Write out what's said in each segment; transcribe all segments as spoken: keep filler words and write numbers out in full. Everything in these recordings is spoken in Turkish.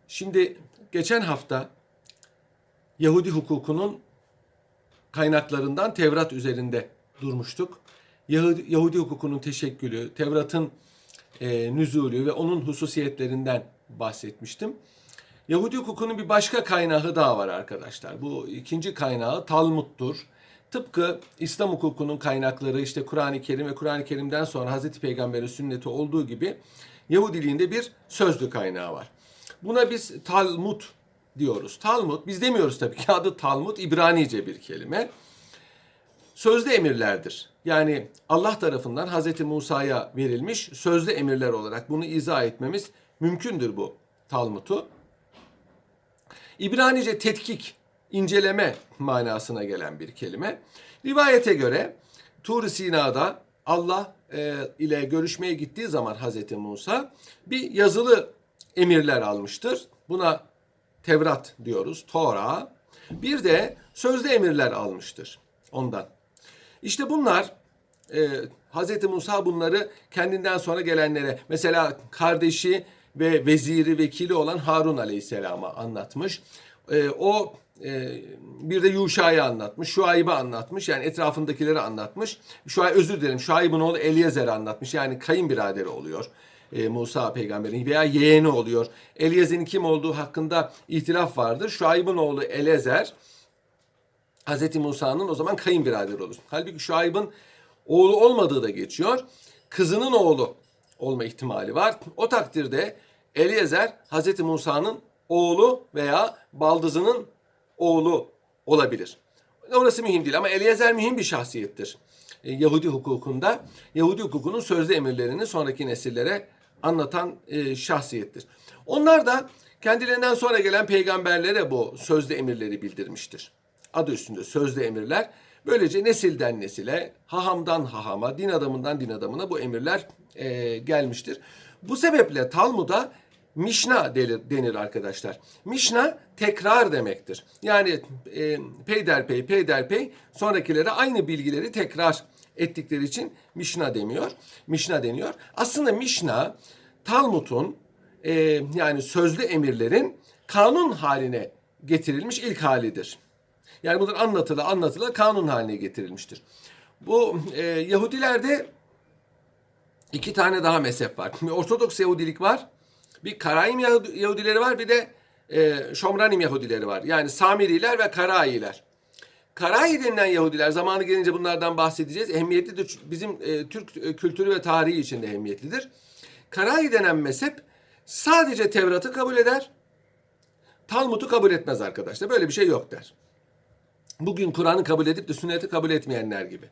Şimdi geçen hafta Yahudi hukukunun kaynaklarından Tevrat üzerinde durmuştuk. Yahudi, Yahudi hukukunun teşekkülü, Tevrat'ın e, nüzulü ve onun hususiyetlerinden bahsetmiştim. Yahudi hukukunun bir başka kaynağı daha var arkadaşlar. Bu ikinci kaynağı Talmud'dur. Tıpkı İslam hukukunun kaynakları işte Kur'an-ı Kerim ve Kur'an-ı Kerim'den sonra Hazreti Peygamber'in sünneti olduğu gibi Yahudiliğinde bir sözlü kaynağı var. Buna biz Talmud diyoruz. Talmud, biz demiyoruz tabii ki, adı Talmud, İbranice bir kelime. Sözlü emirlerdir. Yani Allah tarafından Hazreti Musa'ya verilmiş sözlü emirler olarak bunu izah etmemiz mümkündür bu Talmud'u. İbranice tetkik, inceleme manasına gelen bir kelime. Rivayete göre Tur-i Sina'da Allah e, ile görüşmeye gittiği zaman Hazreti Musa bir yazılı emirler almıştır. Buna Tevrat diyoruz, Tora. Bir de sözlü emirler almıştır ondan. İşte bunlar e, Hazreti Musa bunları kendinden sonra gelenlere, mesela kardeşi ve veziri, vekili olan Harun Aleyhisselam'a anlatmış. E, o e, bir de Yuşa'yı anlatmış, Şuayb'ı anlatmış, yani etrafındakileri anlatmış. Şuayb, özür dilerim, Şuayb'ın oğlu Eliezer'i anlatmış, yani kayınbiraderi oluyor e, Musa peygamberin, veya yeğeni oluyor. Eliezer'in kim olduğu hakkında ihtilaf vardır. Şuayb'ın oğlu Eliezer, Hazreti Musa'nın o zaman kayınbiraderi olur. Halbuki Şuayb'ın oğlu olmadığı da geçiyor. Kızının oğlu olma ihtimali var. O takdirde Eliezer Hazreti Musa'nın oğlu veya baldızının oğlu olabilir. Orası mühim değil ama Eliezer mühim bir şahsiyettir. E, Yahudi hukukunda, Yahudi hukukunun sözlü emirlerini sonraki nesillere anlatan e, şahsiyettir. Onlar da kendilerinden sonra gelen peygamberlere bu sözlü emirleri bildirmiştir. Adı üstünde sözlü emirler. Böylece nesilden nesile, hahamdan hahama, din adamından din adamına bu emirler e, gelmiştir. Bu sebeple Talmud'a Mişna denir arkadaşlar. Mişna tekrar demektir. Yani e, peyderpey peyderpey sonrakilere aynı bilgileri tekrar ettikleri için Mişna demiyor. Mişna deniyor. Aslında Mişna Talmud'un e, yani sözlü emirlerin kanun haline getirilmiş ilk halidir. Yani bunlar anlatıla anlatıla kanun haline getirilmiştir. Bu e, Yahudilerde iki tane daha mezhep var. Bir Ortodoks Yahudilik var. Bir Karaim Yahudileri var. Bir de e, Şomranim Yahudileri var. Yani Samiriler ve Karailer. Karai denilen Yahudiler, zamanı gelince bunlardan bahsedeceğiz, ehemmiyetlidir. Bizim e, Türk e, kültürü ve tarihi için de ehemmiyetlidir. Karai denen mezhep sadece Tevrat'ı kabul eder, Talmud'u kabul etmez arkadaşlar. Böyle bir şey yok der. Bugün Kur'an'ı kabul edip de sünneti kabul etmeyenler gibi.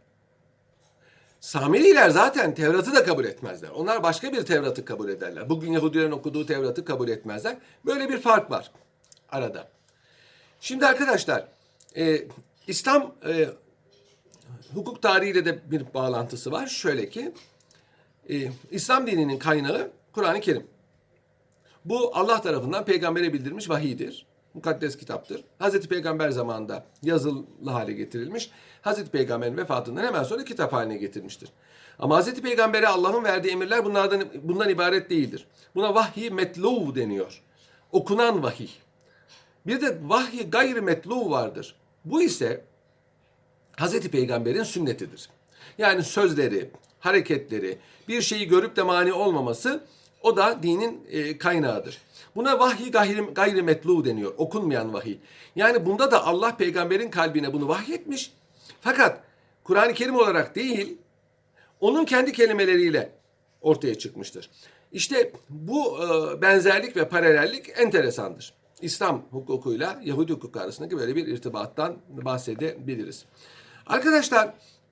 Samiriler zaten Tevrat'ı da kabul etmezler. Onlar başka bir Tevrat'ı kabul ederler. Bugün Yahudilerin okuduğu Tevrat'ı kabul etmezler. Böyle bir fark var arada. Şimdi arkadaşlar, e, İslam e, hukuk tarihiyle de bir bağlantısı var. Şöyle ki, e, İslam dininin kaynağı Kur'an-ı Kerim. Bu Allah tarafından peygambere bildirilmiş vahiydir. Mukaddes kitaptır. Hazreti Peygamber zamanında yazılı hale getirilmiş. Hazreti Peygamber'in vefatından hemen sonra kitap haline getirmiştir. Ama Hazreti Peygamber'e Allah'ın verdiği emirler bunlardan bundan ibaret değildir. Buna vahiy metlu deniyor. Okunan vahiy. Bir de vahiy gayri metlu vardır. Bu ise Hazreti Peygamber'in sünnetidir. Yani sözleri, hareketleri, bir şeyi görüp de mani olmaması, o da dinin e, kaynağıdır. Buna vahiy gayri, gayri metlu deniyor. Okunmayan vahiy. Yani bunda da Allah peygamberin kalbine bunu vahyetmiş. Fakat Kur'an-ı Kerim olarak değil, onun kendi kelimeleriyle ortaya çıkmıştır. İşte bu e, benzerlik ve paralellik enteresandır. İslam hukukuyla Yahudi hukuku arasındaki böyle bir irtibattan bahsedebiliriz. Arkadaşlar,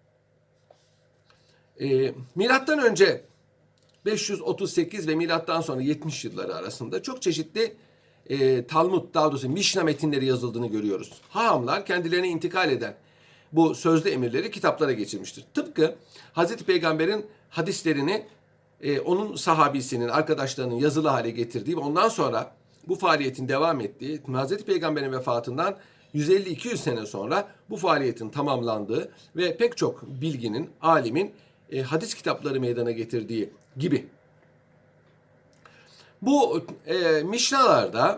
e, milattan önce beş yüz otuz sekiz ve milattan sonra yetmiş yılları arasında çok çeşitli e, Talmud, daha doğrusu Mişna metinleri yazıldığını görüyoruz. Hahamlar kendilerine intikal eden bu sözlü emirleri kitaplara geçirmiştir. Tıpkı Hazreti Peygamber'in hadislerini e, onun sahabisinin, arkadaşlarının yazılı hale getirdiği ve ondan sonra bu faaliyetin devam ettiği, Hazreti Peygamber'in vefatından yüz elli iki yüz sene sonra bu faaliyetin tamamlandığı ve pek çok bilginin, alimin e, hadis kitapları meydana getirdiği gibi. Bu e, Mişnalarda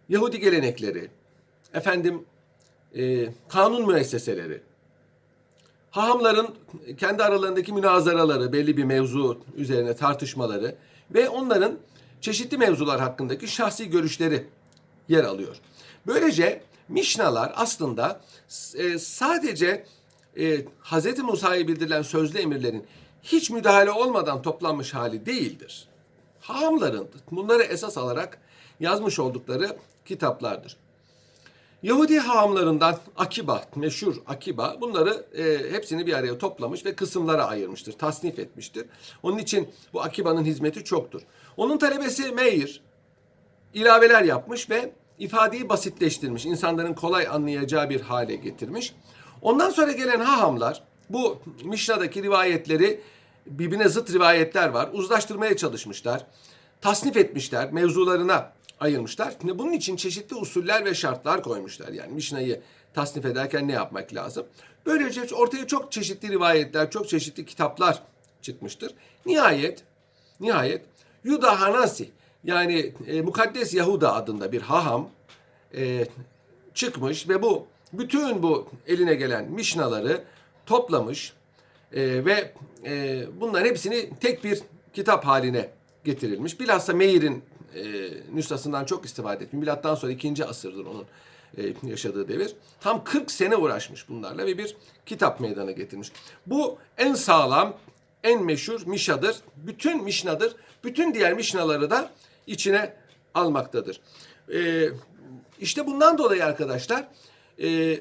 Yahudi gelenekleri, efendim e, kanun müesseseleri, hahamların kendi aralarındaki münazaraları, belli bir mevzu üzerine tartışmaları ve onların çeşitli mevzular hakkındaki şahsi görüşleri yer alıyor. Böylece Mişnalar aslında e, sadece e, Hz. Musa'ya bildirilen sözlü emirlerin hiç müdahale olmadan toplanmış hali değildir. Hahamların bunları esas alarak yazmış oldukları kitaplardır. Yahudi hahamlarından Akiba, meşhur Akiba bunları e, hepsini bir araya toplamış ve kısımlara ayırmıştır, tasnif etmiştir. Onun için bu Akiba'nın hizmeti çoktur. Onun talebesi Meir ilaveler yapmış ve ifadeyi basitleştirmiş, insanların kolay anlayacağı bir hale getirmiş. Ondan sonra gelen hahamlar bu Mişna'daki rivayetleri, birbirine zıt rivayetler var, uzlaştırmaya çalışmışlar, tasnif etmişler, mevzularına ayırmışlar. Bunun için çeşitli usuller ve şartlar koymuşlar. Yani Mişna'yı tasnif ederken ne yapmak lazım? Böylece ortaya çok çeşitli rivayetler, çok çeşitli kitaplar çıkmıştır. Nihayet, nihayet Yuda Hanasi yani e, Mukaddes Yahuda adında bir haham e, çıkmış ve bu bütün bu eline gelen Mişnaları toplamış e, ve e, bunların hepsini tek bir kitap haline getirilmiş. Bilhassa Meir'in e, nüshasından çok istifade etmiş. Milattan sonra ikinci asırdır onun e, yaşadığı devir. Tam kırk sene uğraşmış bunlarla ve bir kitap meydana getirmiş. Bu en sağlam, en meşhur Mişadır. Bütün Mişnadır. Bütün diğer Mişnaları da içine almaktadır. E, işte bundan dolayı arkadaşlar e,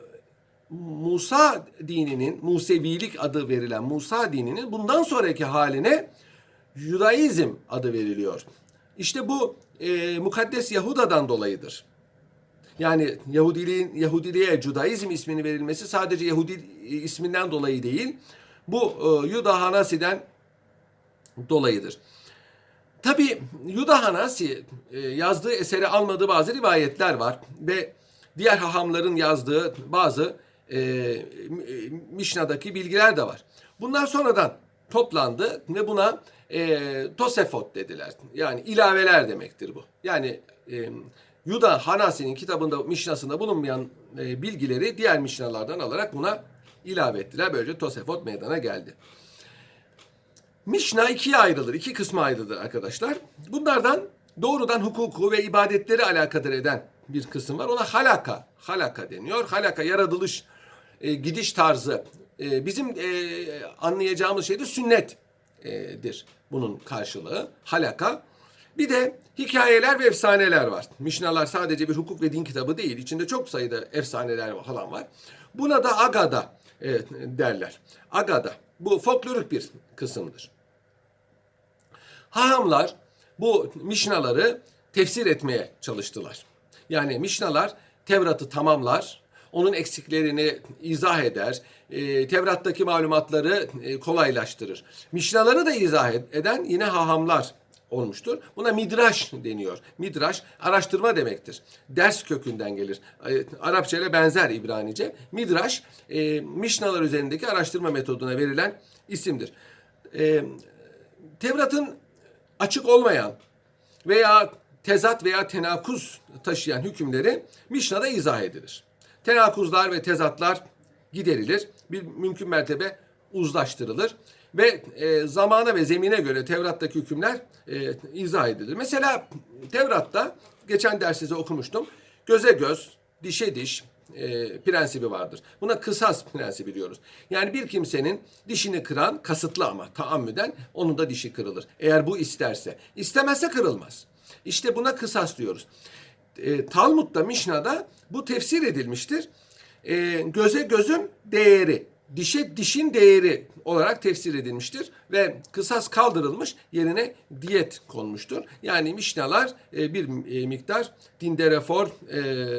Musa dininin, Musevilik adı verilen Musa dininin bundan sonraki haline Judaizm adı veriliyor. İşte bu e, Mukaddes Yahuda'dan dolayıdır. Yani Yahudiliğin Yahudiliğe Judaizm ismini verilmesi sadece Yahudi isminden dolayı değil, bu e, Yuda Hanasi'den dolayıdır. Tabi Yuda Hanasi e, yazdığı eseri almadığı bazı rivayetler var ve diğer hahamların yazdığı bazı e, Mişna'daki bilgiler de var. Bunlar sonradan toplandı ve buna e, Tosefot dediler. Yani ilaveler demektir bu. Yani e, Yuda Hanasi'nin kitabında, Mişnasında bulunmayan e, bilgileri diğer Mişnalardan alarak buna ilave ettiler. Böylece Tosefot meydana geldi. Mişna ikiye ayrılır, iki kısma ayrılır arkadaşlar. Bunlardan doğrudan hukuku ve ibadetleri alakadar eden bir kısım var. Ona halaka, halaka deniyor. Halaka, yaratılış, e, gidiş tarzı. E, bizim e, anlayacağımız şey de sünnettir bunun karşılığı. Halaka. Bir de hikayeler ve efsaneler var. Mişnalar sadece bir hukuk ve din kitabı değil. İçinde çok sayıda efsaneler falan var. Buna da Agada e, derler. Agada. Bu folklorik bir kısımdır. Hahamlar bu Mişnaları tefsir etmeye çalıştılar. Yani Mişnalar Tevrat'ı tamamlar, onun eksiklerini izah eder, e, Tevrat'taki malumatları e, kolaylaştırır. Mişnaları da izah eden yine hahamlar olmuştur. Buna midraş deniyor. Midraş araştırma demektir. Ders kökünden gelir. Arapça ile benzer İbranice. Midraş e, Mişnalar üzerindeki araştırma metoduna verilen isimdir. E, Tevrat'ın açık olmayan veya tezat veya tenakuz taşıyan hükümleri Mişna'da izah edilir. Tenakuzlar ve tezatlar giderilir. Bir mümkün mertebe uzlaştırılır ve e, zamana ve zemine göre Tevrat'taki hükümler e, izah edilir. Mesela Tevrat'ta geçen derste okumuştum. Göze göz, dişe diş e, prensibi vardır. Buna kısas prensibi diyoruz. Yani bir kimsenin dişini kıran kasıtlı ama taammüden onun da dişi kırılır. Eğer bu isterse. İstemezse kırılmaz. İşte buna kısas diyoruz. E, Talmud'da, Mişna'da bu tefsir edilmiştir. E, göze gözün değeri, dişe dişin değeri olarak tefsir edilmiştir ve kısas kaldırılmış, yerine diyet konmuştur. Yani Mişnalar e, bir e, miktar dinde reform e, e,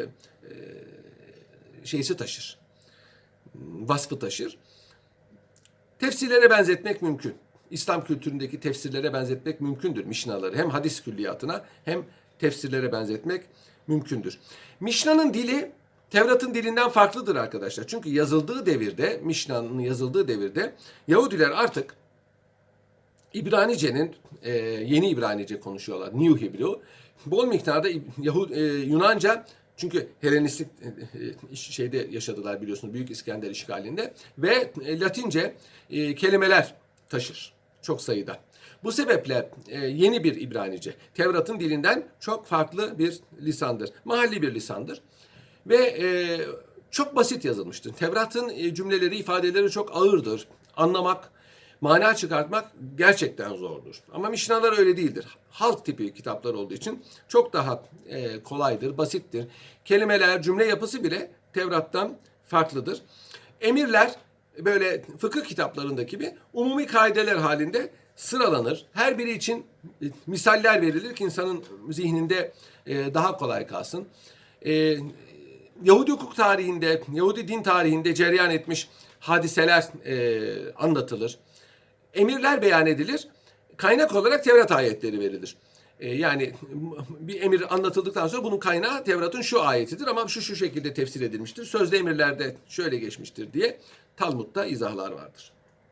şeysi taşır, vasfı taşır. Tefsirlere benzetmek mümkün. İslam kültüründeki tefsirlere benzetmek mümkündür Mişnaları. Hem hadis külliyatına hem tefsirlere benzetmek mümkündür. Mişna'nın dili Tevrat'ın dilinden farklıdır arkadaşlar. Çünkü yazıldığı devirde, Mişna'nın yazıldığı devirde Yahudiler artık İbranice'nin, e, yeni İbranice konuşuyorlar, New Hebrew bol miktarda Yahudi, e, Yunanca, çünkü Helenistik e, şeyde yaşadılar biliyorsunuz, Büyük İskender işgalinde, ve e, Latince e, kelimeler taşır çok sayıda. Bu sebeple e, yeni bir İbranice, Tevrat'ın dilinden çok farklı bir lisandır. Mahalli bir lisandır. Ve e, çok basit yazılmıştır. Tevrat'ın e, cümleleri, ifadeleri çok ağırdır. Anlamak, mana çıkartmak gerçekten zordur. Ama Mişnalar öyle değildir. Halk tipi kitaplar olduğu için çok daha e, kolaydır, basittir. Kelimeler, cümle yapısı bile Tevrat'tan farklıdır. Emirler böyle fıkıh kitaplarındaki gibi umumi kaideler halinde sıralanır. Her biri için e, misaller verilir ki insanın zihninde e, daha kolay kalsın. E, Yahudi hukuk tarihinde, Yahudi din tarihinde cereyan etmiş hadiseler e, anlatılır. Emirler beyan edilir. Kaynak olarak Tevrat ayetleri verilir. E, yani bir emir anlatıldıktan sonra bunun kaynağı Tevrat'ın şu ayetidir ama şu şu şekilde tefsir edilmiştir. Sözde emirlerde şöyle geçmiştir diye Talmud'da izahlar vardır.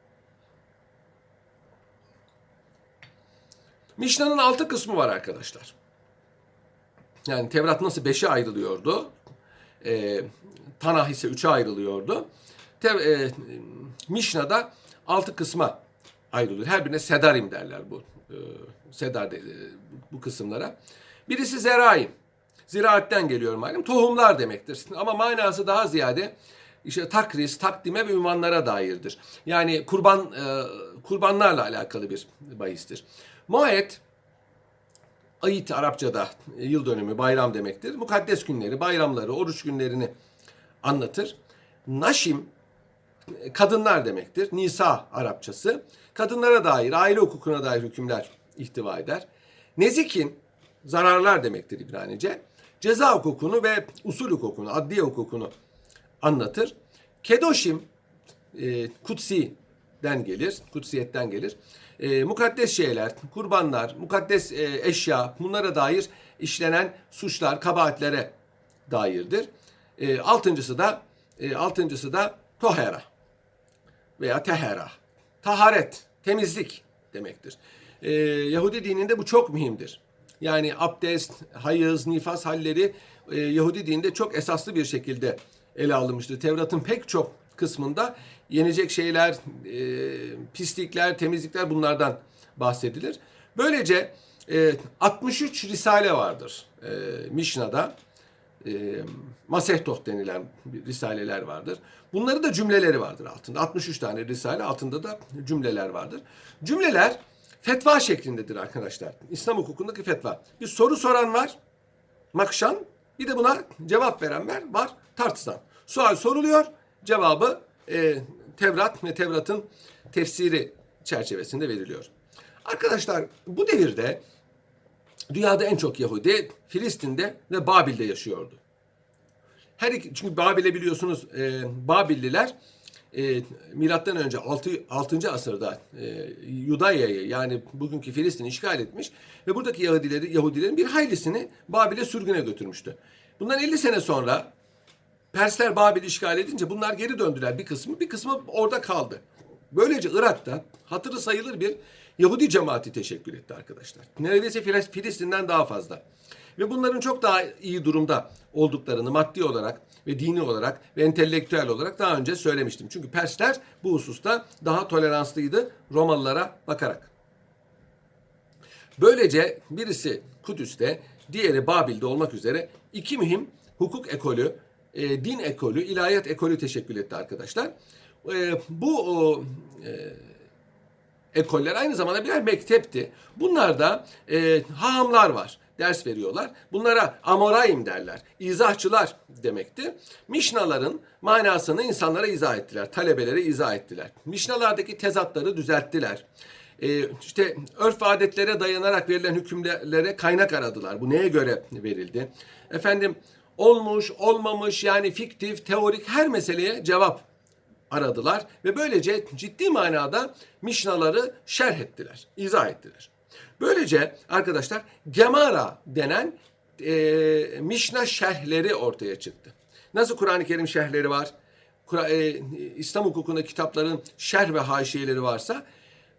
Mişna'nın altı kısmı var arkadaşlar. Yani Tevrat nasıl beşe ayrılıyordu? E, Tanah ise üçe ayrılıyordu. Tev, e, Mişna'da altı kısma ayrılıyor. Her birine sedarim derler bu e, sedar de, e, bu kısımlara. Birisi zeraim. Ziraatten geliyor malum. Tohumlar demektir. Ama manası daha ziyade işte takris, takdime ve ünvanlara dairdir. Yani kurban e, kurbanlarla alakalı bir bahistir. Moed, ayit Arapçada yıl dönümü, bayram demektir. Mukaddes günleri, bayramları, oruç günlerini anlatır. Naşim, kadınlar demektir. Nisa Arapçası. Kadınlara dair, aile hukukuna dair hükümler ihtiva eder. Nezikin, zararlar demektir İbranice. Ceza hukukunu ve usul hukukunu, adliye hukukunu anlatır. Kedoşim, e, kutsi'den gelir, kutsiyetten gelir. E, mukaddes şeyler, kurbanlar, mukaddes e, eşya, bunlara dair işlenen suçlar, kabahatlere dairdir. E, altıncısı da e, altıncısı da tohera veya tehera. Taharet, temizlik demektir. E, Yahudi dininde bu çok mühimdir. Yani abdest, hayız, nifas halleri e, Yahudi dininde çok esaslı bir şekilde ele alınmıştır. Tevrat'ın pek çok kısmında yenecek şeyler, e, pislikler, temizlikler bunlardan bahsedilir. Böylece e, altmış üç risale vardır e, Mişna'da. E, Masehtoh denilen risaleler vardır. Bunların da cümleleri vardır altında. altmış üç tane risale, altında da cümleler vardır. Cümleler fetva şeklindedir arkadaşlar. İslam hukukundaki fetva. Bir soru soran var, makşan, bir de buna cevap veren var, tartışan. Sual soruluyor, cevabı e, Tevrat ve Tevrat'ın tefsiri çerçevesinde veriliyor. Arkadaşlar bu devirde dünyada en çok Yahudi Filistin'de ve Babil'de yaşıyordu. Her iki, çünkü Babil'e biliyorsunuz e, Babilliler e, milattan önce altıncı asırda e, Yudaya'yı, yani bugünkü Filistin'i işgal etmiş ve buradaki Yahudileri, Yahudilerin bir haylisini Babil'e sürgüne götürmüştü. Bundan elli sene sonra Persler Babil'i işgal edince bunlar geri döndüler bir kısmı, bir kısmı orada kaldı. Böylece Irak'ta hatırı sayılır bir Yahudi cemaati teşekkür etti arkadaşlar. Neredeyse Filistin'den daha fazla. Ve bunların çok daha iyi durumda olduklarını maddi olarak ve dini olarak ve entelektüel olarak daha önce söylemiştim. Çünkü Persler bu hususta daha toleranslıydı Romalılara bakarak. Böylece birisi Kudüs'te, diğeri Babil'de olmak üzere iki mühim hukuk ekolü, e, din ekolü, ilahiyat ekolü teşekkül etti arkadaşlar. E, bu o, e, ekoller aynı zamanda birer mektepti. Bunlarda e, hahamlar var. Ders veriyorlar. Bunlara amoraim derler. İzahçılar demekti. Mişnaların manasını insanlara izah ettiler. Talebelere izah ettiler. Mişnalardaki tezatları düzelttiler. Ee, işte örf ve adetlere dayanarak verilen hükümlere kaynak aradılar. Bu neye göre verildi? Efendim olmuş, olmamış, yani fiktif, teorik her meseleye cevap aradılar. Ve böylece ciddi manada Mişnaları şerh ettiler, izah ettiler. Böylece arkadaşlar Gemara denen e, Mişna şerhleri ortaya çıktı. Nasıl Kur'an-ı Kerim şerhleri var, Kur- e, İslam hukukunda kitapların şerh ve haşiyeleri varsa,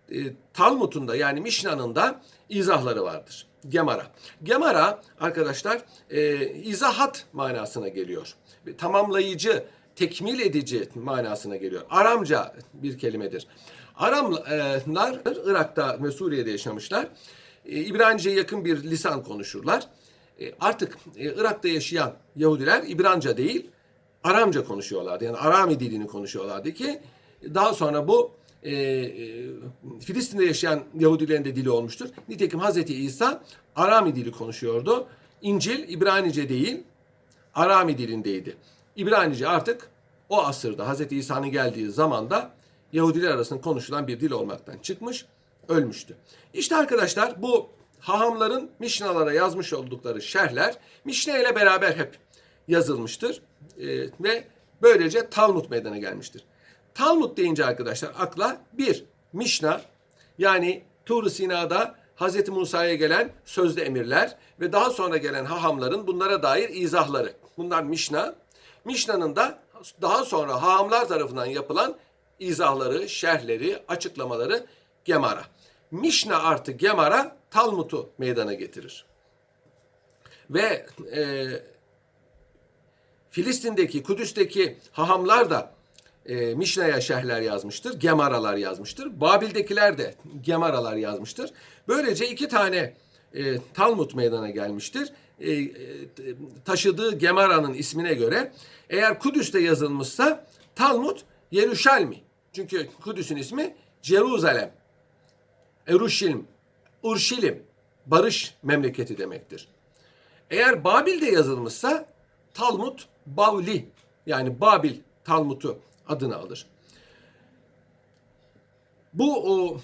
e, Talmud'un da yani Mişna'nın da izahları vardır. Gemara. Gemara arkadaşlar e, izahat manasına geliyor. Tamamlayıcı, tekmil edici manasına geliyor. Aramca bir kelimedir. Aramlar Irak'ta ve Suriye'de yaşamışlar. E, İbranice'ye yakın bir lisan konuşurlar. E, artık e, Irak'ta yaşayan Yahudiler İbranca değil, Aramca konuşuyorlardı. Yani Arami dilini konuşuyorlardı ki daha sonra bu e, e, Filistin'de yaşayan Yahudilerin de dili olmuştur. Nitekim Hazreti İsa Arami dili konuşuyordu. İncil İbranice değil, Arami dilindeydi. İbranice artık o asırda Hazreti İsa'nın geldiği zamanda Yahudiler arasında konuşulan bir dil olmaktan çıkmış, ölmüştü. İşte arkadaşlar bu hahamların Mişnalara yazmış oldukları şerhler Mişne ile beraber hep yazılmıştır ee, ve böylece Talmud meydana gelmiştir. Talmud deyince arkadaşlar akla bir Mişna yani Tur-u Sina'da Hz. Musa'ya gelen sözlü emirler ve daha sonra gelen hahamların bunlara dair izahları. Bunlar Mişna. Mişna'nın da daha sonra hahamlar tarafından yapılan izahları, şerhleri, açıklamaları Gemara. Mişna artı Gemara Talmud'u meydana getirir. Ve e, Filistin'deki, Kudüs'teki hahamlar da e, Mişna'ya şerhler yazmıştır, Gemaralar yazmıştır. Babil'dekiler de Gemaralar yazmıştır. Böylece iki tane e, Talmud meydana gelmiştir. E, e, taşıdığı Gemara'nın ismine göre eğer Kudüs'te yazılmışsa Talmud Yeruşalmi. Çünkü Kudüs'ün ismi Ceruzalem. Eruşilim, Urşilim, barış memleketi demektir. Eğer Babil'de yazılmışsa Talmud Bavli yani Babil Talmud'u adını alır. Bu o,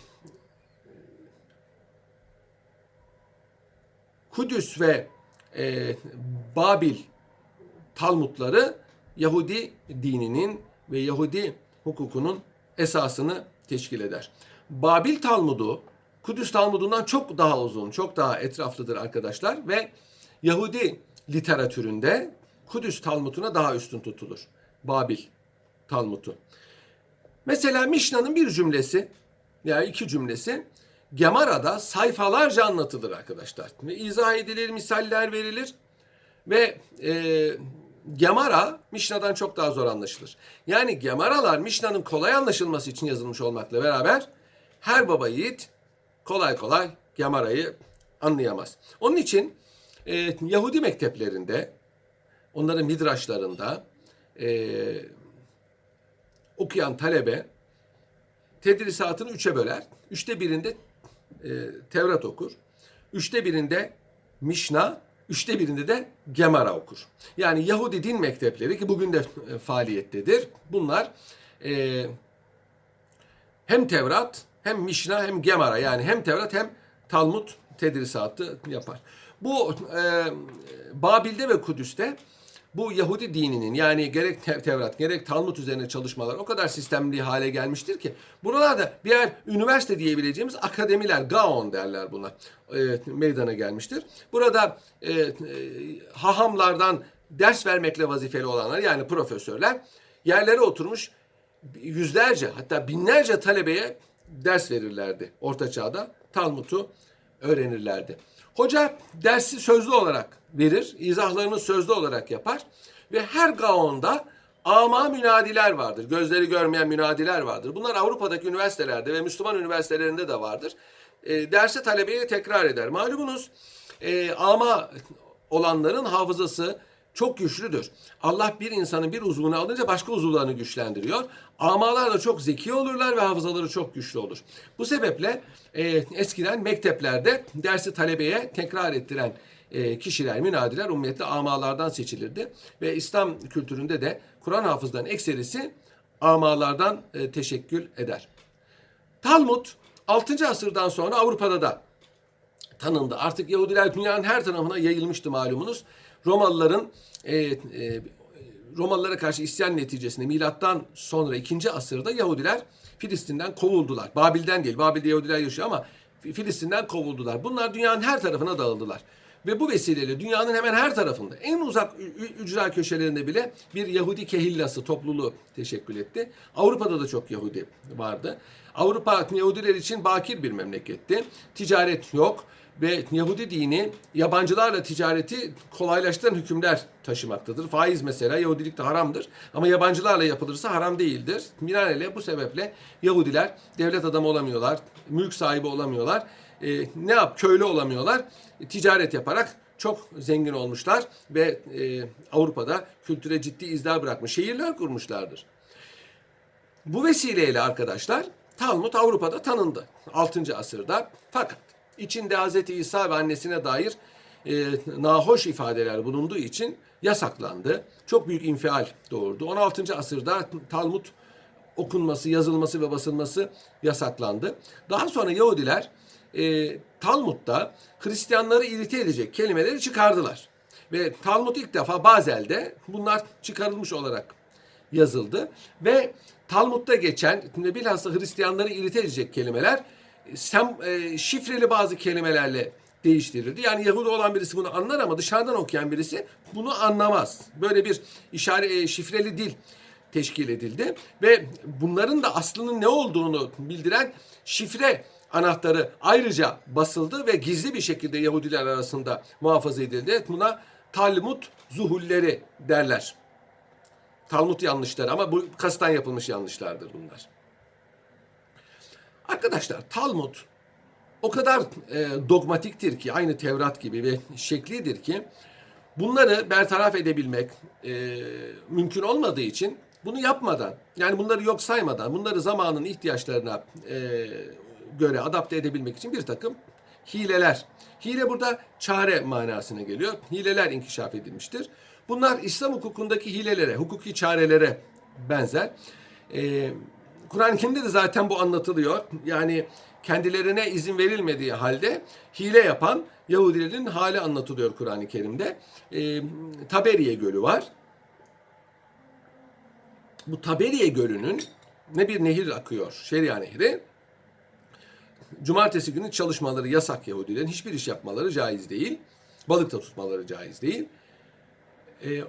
Kudüs ve e, Babil Talmudları Yahudi dininin ve Yahudi hukukunun esasını teşkil eder. Babil Talmudu Kudüs Talmudundan çok daha uzun, çok daha etraflıdır arkadaşlar ve Yahudi literatüründe Kudüs Talmuduna daha üstün tutulur. Babil Talmudu. Mesela Mişna'nın bir cümlesi yani iki cümlesi Gemara'da sayfalarca anlatılır arkadaşlar. Ve izah edilir, misaller verilir ve e, Gemara Mişna'dan çok daha zor anlaşılır. Yani Gemaralar Mişna'nın kolay anlaşılması için yazılmış olmakla beraber her baba yiğit kolay kolay Gemara'yı anlayamaz. Onun için e, Yahudi mekteplerinde, onların midraşlarında e, okuyan talebe tedrisatını üçe böler. Üçte birinde e, Tevrat okur. Üçte birinde Mişna, üçte birinde de Gemara okur. Yani Yahudi din mektepleri ki bugün de e, faaliyettedir. Bunlar e, hem Tevrat hem Mişna hem Gemara yani hem Tevrat hem Talmud tedrisatı yapar. Bu e, Babil'de ve Kudüs'te bu Yahudi dininin yani gerek Tevrat gerek Talmud üzerine çalışmalar o kadar sistemli hale gelmiştir ki buralarda birer üniversite diyebileceğimiz akademiler, gaon derler buna, e, meydana gelmiştir. Burada e, e, hahamlardan ders vermekle vazifeli olanlar yani profesörler yerlere oturmuş yüzlerce hatta binlerce talebeye ders verirlerdi. Orta Çağ'da Talmud'u öğrenirlerdi. Hoca dersi sözlü olarak verir, izahlarını sözlü olarak yapar ve her gaonda ama münadiler vardır. Gözleri görmeyen münadiler vardır. Bunlar Avrupa'daki üniversitelerde ve Müslüman üniversitelerinde de vardır. E, dersi talebeye tekrar eder. Malumunuz e, ama olanların hafızası çok güçlüdür. Allah bir insanın bir uzvunu alınca başka uzuvlarını güçlendiriyor. Amalar da çok zeki olurlar ve hafızaları çok güçlü olur. Bu sebeple e, eskiden mekteplerde dersi talebeye tekrar ettiren e, kişiler, münadiler umumiyetlə amalardan seçilirdi. Ve İslam kültüründe de Kur'an hafızlarının ekserisi amalardan e, teşekkül eder. Talmud altıncı asırdan sonra Avrupa'da da tanındı. Artık Yahudiler dünyanın her tarafına yayılmıştı malumunuz. Romalıların e, e, Romalılara karşı isyan neticesinde milattan sonra ikinci asırda Yahudiler Filistin'den kovuldular. Babil'den değil. Babil'de Yahudiler yaşıyor ama Filistin'den kovuldular. Bunlar dünyanın her tarafına dağıldılar. Ve bu vesileyle dünyanın hemen her tarafında, en uzak ücra köşelerinde bile bir Yahudi kehillası topluluğu teşekkül etti. Avrupa'da da çok Yahudi vardı. Avrupa Yahudiler için bakir bir memleketti. Ticaret yok ve Yahudi dini yabancılarla ticareti kolaylaştıran hükümler taşımaktadır. Faiz mesela Yahudilikte haramdır ama yabancılarla yapılırsa haram değildir. Binaenaleyh bu sebeple Yahudiler devlet adamı olamıyorlar, mülk sahibi olamıyorlar. E, ne yap? Köylü olamıyorlar. E, ticaret yaparak çok zengin olmuşlar ve e, Avrupa'da kültüre ciddi izler bırakmış. Şehirler kurmuşlardır. Bu vesileyle arkadaşlar Talmud Avrupa'da tanındı altıncı asırda. Fakat içinde Hz. İsa ve annesine dair e, nahoş ifadeler bulunduğu için yasaklandı. Çok büyük infial doğurdu. on altıncı asırda Talmud okunması, yazılması ve basılması yasaklandı. Daha sonra Yahudiler e, Talmud'da Hristiyanları irite edecek kelimeleri çıkardılar. Ve Talmud ilk defa Bazel'de bunlar çıkarılmış olarak yazıldı. Ve Talmud'da geçen bilhassa Hristiyanları irite edecek kelimeler sem, e, şifreli bazı kelimelerle değiştirildi. Yani Yahudi olan birisi bunu anlar ama dışarıdan okuyan birisi bunu anlamaz. Böyle bir işaret e, şifreli dil teşkil edildi ve bunların da aslının ne olduğunu bildiren şifre anahtarı ayrıca basıldı ve gizli bir şekilde Yahudiler arasında muhafaza edildi. Buna Talmud zuhulleri derler. Talmud yanlışları ama bu kasten yapılmış yanlışlardır bunlar. Arkadaşlar Talmud o kadar e, dogmatiktir ki aynı Tevrat gibi ve şeklidir ki bunları bertaraf edebilmek e, mümkün olmadığı için bunu yapmadan yani bunları yok saymadan bunları zamanın ihtiyaçlarına e, göre adapte edebilmek için bir takım hileler. Hile burada çare manasına geliyor. Hileler inkişaf edilmiştir. Bunlar İslam hukukundaki hilelere, hukuki çarelere benzer. Ee, Kur'an-ı Kerim'de de zaten bu anlatılıyor. Yani kendilerine izin verilmediği halde hile yapan Yahudilerin hali anlatılıyor Kur'an-ı Kerim'de. Ee, Taberiye Gölü var. Bu Taberiye Gölü'nün ne bir nehir akıyor, Şeria Nehri. Cumartesi günü çalışmaları yasak Yahudilerin. Hiçbir iş yapmaları caiz değil. Balık da tutmaları caiz değil. Ee,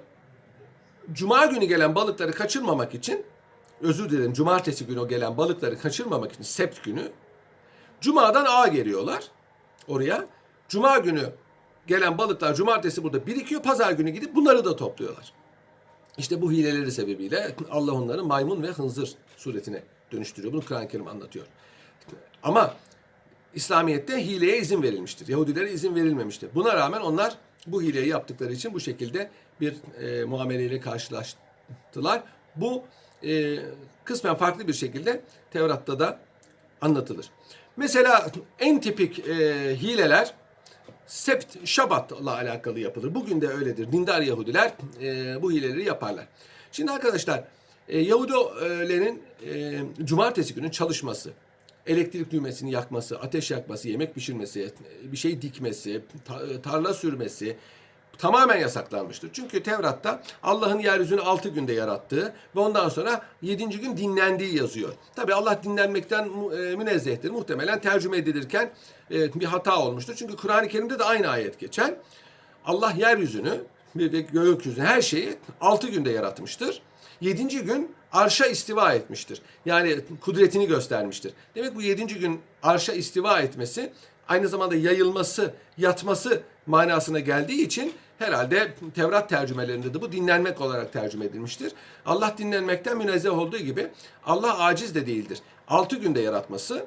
Cuma günü gelen balıkları kaçırmamak için, özür dilerim cumartesi günü gelen balıkları kaçırmamak için sept günü, Cuma'dan ağa geliyorlar oraya. Cuma günü gelen balıklar cumartesi burada birikiyor, pazar günü gidip bunları da topluyorlar. İşte bu hileleri sebebiyle Allah onları maymun ve hınzır suretine dönüştürüyor. Bunu Kur'an-ı Kerim anlatıyor. Ama İslamiyet'te hileye izin verilmiştir. Yahudilere izin verilmemiştir. Buna rağmen onlar bu hileyi yaptıkları için bu şekilde bir e, muameleyle karşılaştılar. Bu e, kısmen farklı bir şekilde Tevrat'ta da anlatılır. Mesela en tipik e, hileler Sept, Şabat'la alakalı yapılır. Bugün de öyledir. Dindar Yahudiler e, bu hileleri yaparlar. Şimdi arkadaşlar e, Yahudilerin e, cumartesi günü çalışması, elektrik düğmesini yakması, ateş yakması, yemek pişirmesi, bir şey dikmesi, tarla sürmesi tamamen yasaklanmıştır. Çünkü Tevrat'ta Allah'ın yeryüzünü altı günde yarattığı ve ondan sonra yedinci gün dinlendiği yazıyor. Tabi Allah dinlenmekten münezzehtir. Muhtemelen tercüme edilirken bir hata olmuştur. Çünkü Kur'an-ı Kerim'de de aynı ayet geçer. Allah yeryüzünü ve gökyüzünü her şeyi altı günde yaratmıştır. Yedinci gün arşa istiva etmiştir. Yani kudretini göstermiştir. Demek bu yedinci gün arşa istiva etmesi aynı zamanda yayılması, yatması manasına geldiği için herhalde Tevrat tercümelerinde de bu dinlenmek olarak tercüme edilmiştir. Allah dinlenmekten münezzeh olduğu gibi Allah aciz de değildir. Altı günde yaratması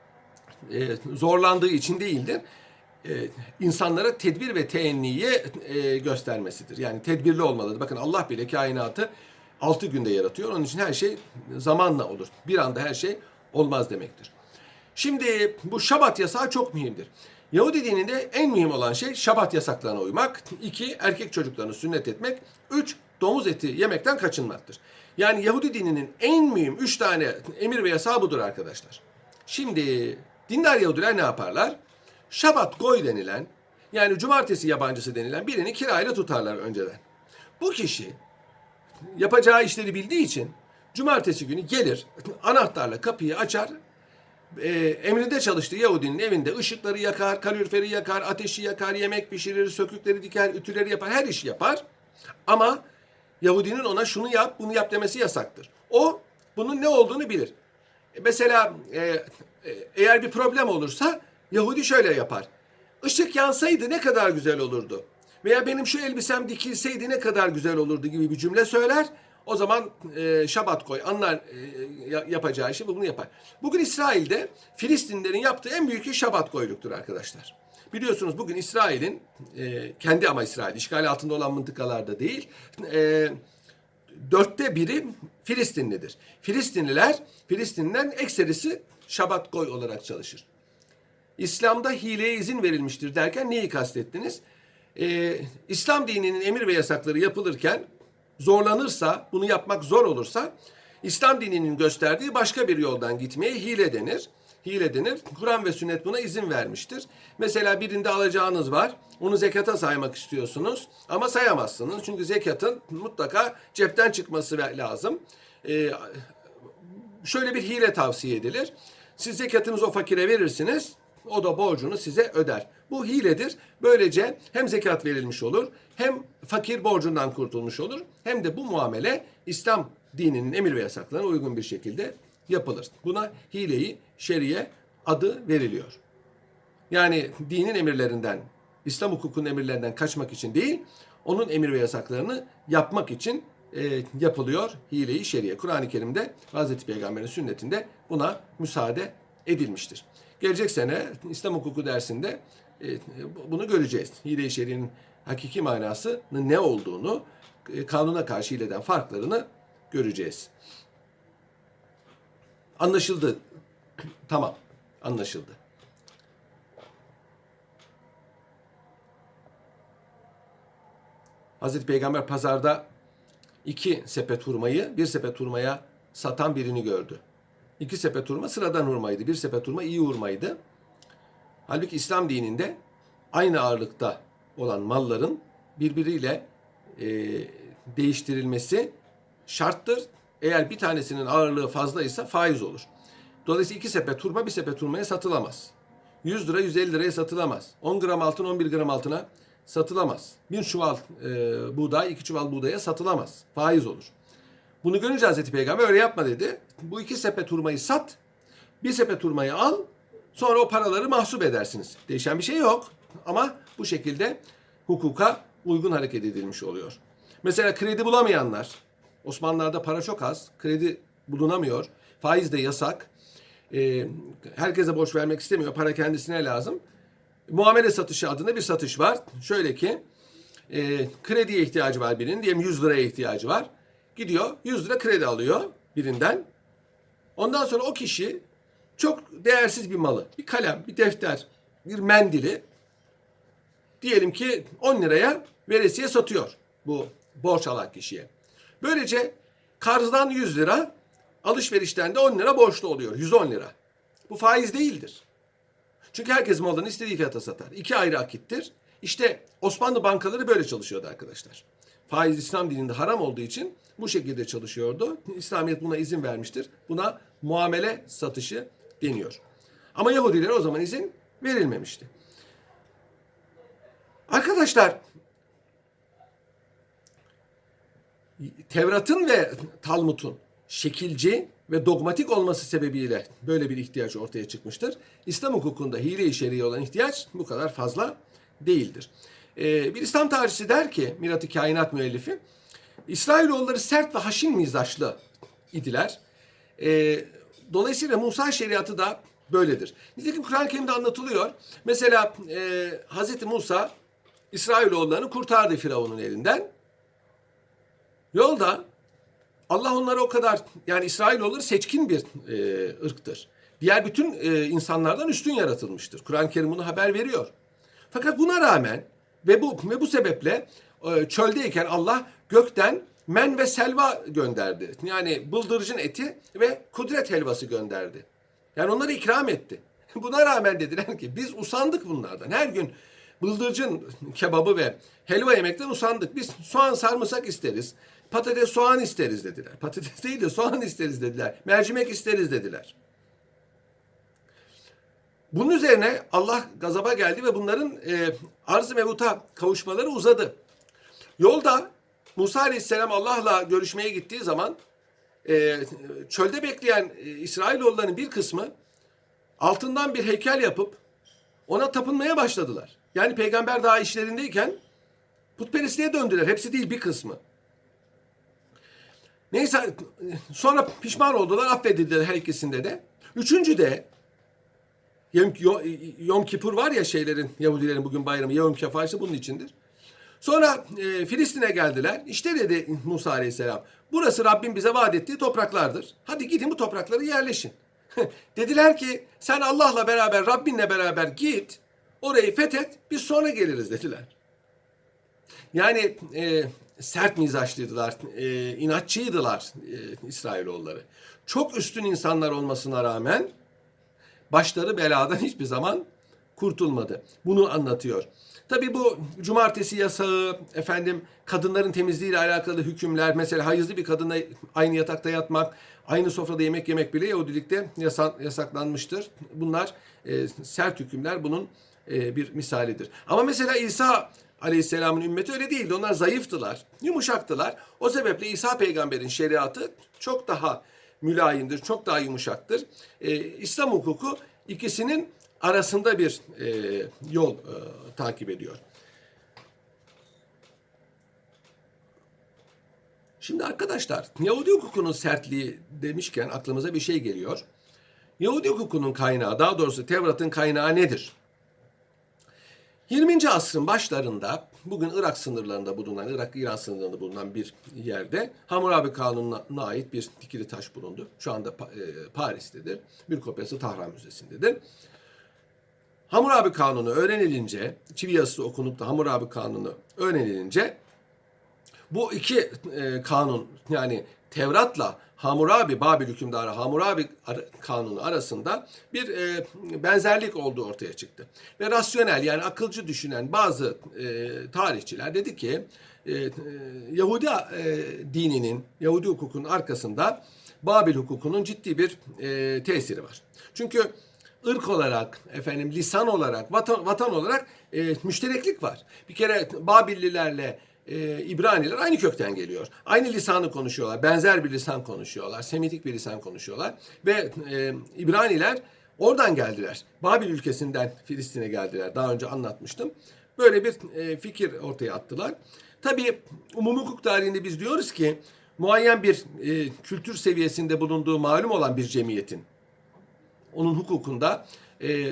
e, zorlandığı için değildir. E, insanlara tedbir ve teenniyi e, göstermesidir. Yani tedbirli olmalıdır. Bakın Allah bile kainatı altı günde yaratıyor. Onun için her şey zamanla olur. Bir anda her şey olmaz demektir. Şimdi bu Şabat yasağı çok mühimdir. Yahudi dininde en mühim olan şey Şabat yasaklarına uymak. İki, erkek çocuklarını sünnet etmek. Üç, domuz eti yemekten kaçınmaktır. Yani Yahudi dininin en mühim üç tane emir ve yasağı budur arkadaşlar. Şimdi dindar Yahudiler ne yaparlar? Şabat goy denilen, yani cumartesi yabancısı denilen birini kirayla tutarlar önceden. Bu kişi yapacağı işleri bildiği için cumartesi günü gelir, anahtarla kapıyı açar, e, emrinde çalıştığı Yahudinin evinde ışıkları yakar, kaloriferi yakar, ateşi yakar, yemek pişirir, sökükleri diker, ütüleri yapar, her işi yapar. Ama Yahudinin ona şunu yap, bunu yap demesi yasaktır. O bunun ne olduğunu bilir. Mesela e, e, eğer bir problem olursa Yahudi şöyle yapar. Işık yansaydı ne kadar güzel olurdu. Veya benim şu elbisem dikilseydi ne kadar güzel olurdu gibi bir cümle söyler. O zaman e, şabat koy. Anlar e, yapacağı işi bunu yapar. Bugün İsrail'de Filistinlerin yaptığı en büyük iş şabat koyluktur arkadaşlar. Biliyorsunuz bugün İsrail'in e, kendi ama İsrail işgal altında olan mıntıkalarda değil e, dörtte biri Filistinlidir. Filistinliler, Filistinlilerin ekserisi şabat koy olarak çalışır. İslam'da hileye izin verilmiştir derken neyi kastettiniz? Ee, İslam dininin emir ve yasakları yapılırken zorlanırsa, bunu yapmak zor olursa İslam dininin gösterdiği başka bir yoldan gitmeye hile denir. Hile denir. Kur'an ve sünnet buna izin vermiştir. Mesela birinde alacağınız var. Onu zekata saymak istiyorsunuz ama sayamazsınız. Çünkü zekatın mutlaka cepten çıkması lazım. Ee, şöyle bir hile tavsiye edilir. Siz zekatınızı o fakire verirsiniz. O da borcunu size öder. Bu hiledir. Böylece hem zekat verilmiş olur, hem fakir borcundan kurtulmuş olur, hem de bu muamele İslam dininin emir ve yasaklarına uygun bir şekilde yapılır. Buna hile-i şeriye adı veriliyor. Yani dinin emirlerinden, İslam hukukunun emirlerinden kaçmak için değil, onun emir ve yasaklarını yapmak için e, yapılıyor hile-i şeriye. Kur'an-ı Kerim'de, Hazreti Peygamber'in sünnetinde buna müsaade edilmiştir. Gelecek sene İslam hukuku dersinde e, bunu göreceğiz. Hile-i şeriyenin hakiki manasının ne olduğunu, e, kanuna karşı hileden farklarını göreceğiz. Anlaşıldı. Tamam, anlaşıldı. Hazreti Peygamber pazarda iki sepet hurmayı bir sepet hurmaya satan birini gördü. İki sepet hurma sıradan hurmaydı. Bir sepet hurma iyi hurmaydı. Halbuki İslam dininde aynı ağırlıkta olan malların birbiriyle e, değiştirilmesi şarttır. Eğer bir tanesinin ağırlığı fazlaysa faiz olur. Dolayısıyla iki sepet hurma bir sepet hurmaya satılamaz. yüz lira yüz elli liraya satılamaz. on gram altın on bir gram altına satılamaz. Bir çuval e, buğday iki çuval buğdaya satılamaz. Faiz olur. Bunu görünce Hazreti Peygamber öyle yapma dedi. Bu iki sepet hurmayı sat, bir sepet hurmayı al, sonra o paraları mahsup edersiniz. Değişen bir şey yok ama bu şekilde hukuka uygun hareket edilmiş oluyor. Mesela kredi bulamayanlar, Osmanlılar'da para çok az, kredi bulunamıyor, faiz de yasak, e, herkese borç vermek istemiyor, para kendisine lazım. Muamele satışı adında bir satış var. Şöyle ki, e, krediye ihtiyacı var birinin, diyelim yüz liraya ihtiyacı var. Gidiyor yüz lira kredi alıyor birinden. Ondan sonra o kişi çok değersiz bir malı, bir kalem, bir defter, bir mendili diyelim ki on liraya veresiye satıyor bu borç alan kişiye. Böylece karzdan yüz lira, alışverişten de on lira borçlu oluyor. yüz on lira. Bu faiz değildir. Çünkü herkes malını istediği fiyata satar. İki ayrı akittir. İşte Osmanlı bankaları böyle çalışıyordu arkadaşlar. Faiz İslam dininde haram olduğu için bu şekilde çalışıyordu. İslamiyet buna izin vermiştir. Buna muamele satışı deniyor. Ama Yahudilere o zaman izin verilmemişti. Arkadaşlar, Tevrat'ın ve Talmud'un şekilci ve dogmatik olması sebebiyle böyle bir ihtiyaç ortaya çıkmıştır. İslam hukukunda hile-i şer'i olan ihtiyaç bu kadar fazla değildir. Ee, bir İslam tarihçisi der ki, Mirat-ı Kainat müellifi, İsrailoğulları sert ve haşin mizaçlı idiler. Ee, dolayısıyla Musa şeriatı da böyledir. Nitekim Kur'an-ı Kerim'de anlatılıyor. Mesela e, Hazreti Musa İsrailoğullarını kurtardı Firavun'un elinden. Yolda Allah onları o kadar, yani İsrailoğulları seçkin bir e, ırktır. Diğer bütün e, insanlardan üstün yaratılmıştır. Kur'an-ı Kerim bunu haber veriyor. Fakat buna rağmen ve bu ve bu sebeple e, çöldeyken Allah gökten men ve selva gönderdi. Yani bıldırcın eti ve kudret helvası gönderdi. Yani onları ikram etti. Buna rağmen dediler ki biz usandık bunlardan. Her gün bıldırcın kebabı ve helva yemekten usandık. Biz soğan sarımsak isteriz. Patates soğan isteriz dediler. Patates değil de soğan isteriz dediler. Mercimek isteriz dediler. Bunun üzerine Allah gazaba geldi ve bunların e, arz-ı mevuta kavuşmaları uzadı. Yolda Musa Aleyhisselam Allah'la görüşmeye gittiği zaman e, çölde bekleyen e, İsrailoğullarının bir kısmı altından bir heykel yapıp ona tapınmaya başladılar. Yani peygamber daha işlerindeyken putperestliğe döndüler. Hepsi değil, bir kısmı. Neyse, sonra pişman oldular, affedildiler her ikisinde de. Üçüncü de Yom, Yom Kippur var ya, şeylerin, Yahudilerin bugün bayramı, Yom Kefarisi bunun içindir. Sonra e, Filistin'e geldiler. İşte dedi Musa Aleyhisselam, burası Rabbim bize vaat ettiği topraklardır. Hadi gidin bu topraklara yerleşin. Dediler ki sen Allah'la beraber, Rabbinle beraber git, orayı fethet, biz sonra geliriz dediler. Yani e, sert mizaçlıydılar, e, inatçıydılar e, İsrailoğulları. Çok üstün insanlar olmasına rağmen başları beladan hiçbir zaman kurtulmadı. Bunu anlatıyor. Tabii bu cumartesi yasağı, efendim kadınların temizliğiyle alakalı hükümler, mesela hayızlı bir kadınla aynı yatakta yatmak, aynı sofrada yemek yemek bile Yahudilikte yasaklanmıştır. Bunlar e, sert hükümler, bunun e, bir misalidir. Ama mesela İsa Aleyhisselam'ın ümmeti öyle değildi. Onlar zayıftılar, yumuşaktılar. O sebeple İsa peygamberin şeriatı çok daha mülayimdir, çok daha yumuşaktır. E, İslam hukuku ikisinin arasında bir e, yol e, takip ediyor. Şimdi arkadaşlar, Yahudi hukukunun sertliği demişken aklımıza bir şey geliyor. Yahudi hukukunun kaynağı, daha doğrusu Tevrat'ın kaynağı nedir? yirminci asrın başlarında bugün Irak sınırlarında bulunan, Irak-İran sınırlarında bulunan bir yerde Hammurabi Kanunu'na ait bir dikili taş bulundu. Şu anda Paris'tedir. Bir kopyası Tahran Müzesi'ndedir. Hammurabi Kanunu öğrenilince, çivi yazısı okunup da Hammurabi Kanunu öğrenilince bu iki e, kanun, yani Tevrat'la Hammurabi, Babil hükümdarı Hammurabi Kanunu arasında bir e, benzerlik olduğu ortaya çıktı. Ve rasyonel, yani akılcı düşünen bazı e, tarihçiler dedi ki e, e, Yahudi e, dininin, Yahudi hukukunun arkasında Babil hukukunun ciddi bir e, tesiri var. Çünkü ırk olarak, efendim lisan olarak, vatan, vatan olarak e, müştereklik var. Bir kere Babillilerle e, İbraniler aynı kökten geliyor. Aynı lisanı konuşuyorlar. Benzer bir lisan konuşuyorlar. Semitik bir lisan konuşuyorlar. Ve e, İbraniler oradan geldiler. Babil ülkesinden Filistin'e geldiler. Daha önce anlatmıştım. Böyle bir e, fikir ortaya attılar. Tabii umumi hukuk tarihinde biz diyoruz ki muayyen bir e, kültür seviyesinde bulunduğu malum olan bir cemiyetin, onun hukukunda e,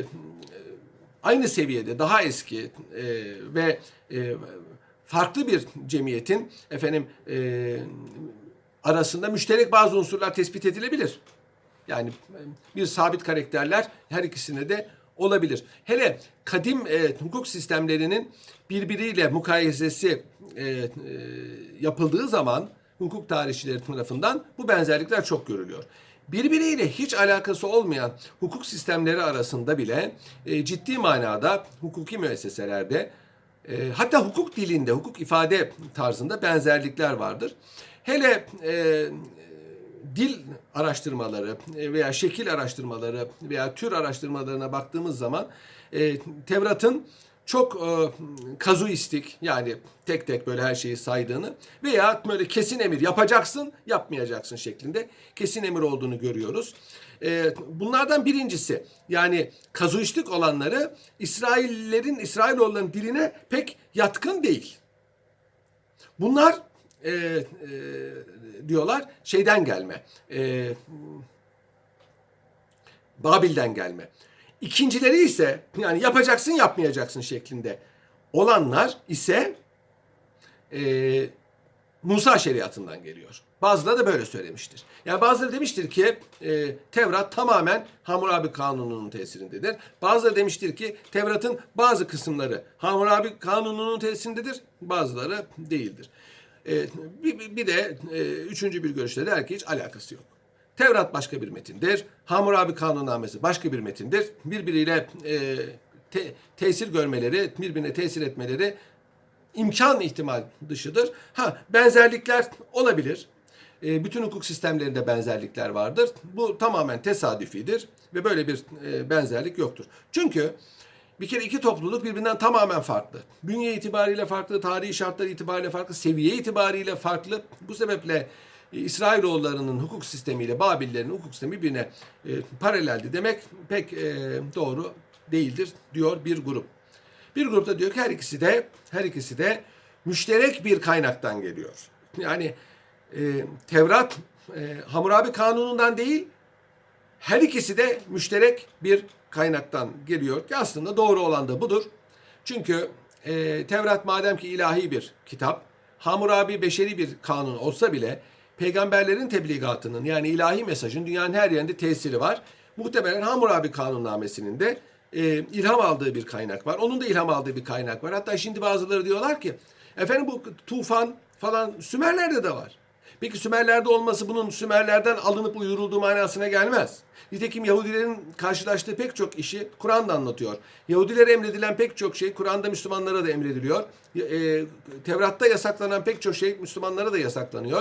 aynı seviyede, daha eski e, ve e, farklı bir cemiyetin efendim e, arasında müşterek bazı unsurlar tespit edilebilir. Yani bir sabit karakterler her ikisine de olabilir. Hele kadim e, hukuk sistemlerinin birbiriyle mukayesesi e, e, yapıldığı zaman hukuk tarihçileri tarafından bu benzerlikler çok görülüyor. Birbiriyle hiç alakası olmayan hukuk sistemleri arasında bile e, ciddi manada hukuki müesseselerde, e, hatta hukuk dilinde, hukuk ifade tarzında benzerlikler vardır. Hele e, dil araştırmaları veya şekil araştırmaları veya tür araştırmalarına baktığımız zaman e, Tevrat'ın çok e, kazuistik, yani tek tek böyle her şeyi saydığını veya böyle kesin emir yapacaksın, yapmayacaksın şeklinde kesin emir olduğunu görüyoruz. E, bunlardan birincisi, yani kazuistik olanları İsraillerin, İsrailoğulların diline pek yatkın değil. Bunlar e, e, diyorlar şeyden gelme, e, Babil'den gelme. İkincileri ise yani yapacaksın yapmayacaksın şeklinde olanlar ise e, Musa şeriatından geliyor. Bazıları da böyle söylemiştir. Yani bazıları demiştir ki e, Tevrat tamamen Hammurabi Kanunu'nun tesirindedir. Bazıları demiştir ki Tevrat'ın bazı kısımları Hammurabi Kanunu'nun tesirindedir, bazıları değildir. E, bir, bir de e, üçüncü bir görüşte der ki hiç alakası yok. Tevrat başka bir metindir. Hammurabi Kanunnamesi başka bir metindir. Birbiriyle e, te, tesir görmeleri, birbirine tesir etmeleri imkan ihtimal dışıdır. Ha, benzerlikler olabilir. E, bütün hukuk sistemlerinde benzerlikler vardır. Bu tamamen tesadüfidir ve böyle bir e, benzerlik yoktur. Çünkü bir kere iki topluluk birbirinden tamamen farklı. Bünye itibariyle farklı, tarihi şartlar itibariyle farklı, seviye itibariyle farklı. Bu sebeple e, İsrailoğullarının hukuk sistemiyle Babillerin hukuk sistemi birbirine e, paraleldi demek pek e, doğru değildir diyor bir grup. Bir grupta diyor ki her ikisi de her ikisi de müşterek bir kaynaktan geliyor. Yani e, Tevrat e, Hammurabi kanunundan değil, her ikisi de müşterek bir kaynaktan geliyor ki aslında doğru olan da budur. Çünkü e, Tevrat madem ki ilahi bir kitap, Hammurabi beşeri bir kanun olsa bile peygamberlerin tebligatının yani ilahi mesajın dünyanın her yerinde tesiri var. Muhtemelen Hammurabi kanunnamesinin de e, ilham aldığı bir kaynak var. Onun da ilham aldığı bir kaynak var. Hatta şimdi bazıları diyorlar ki efendim bu tufan falan Sümerlerde de var. Peki Sümerlerde olması bunun Sümerlerden alınıp uydurulduğu manasına gelmez. Nitekim Yahudilerin karşılaştığı pek çok işi Kur'an'da anlatıyor. Yahudilere emredilen pek çok şey Kur'an'da Müslümanlara da emrediliyor. E, Tevrat'ta yasaklanan pek çok şey Müslümanlara da yasaklanıyor.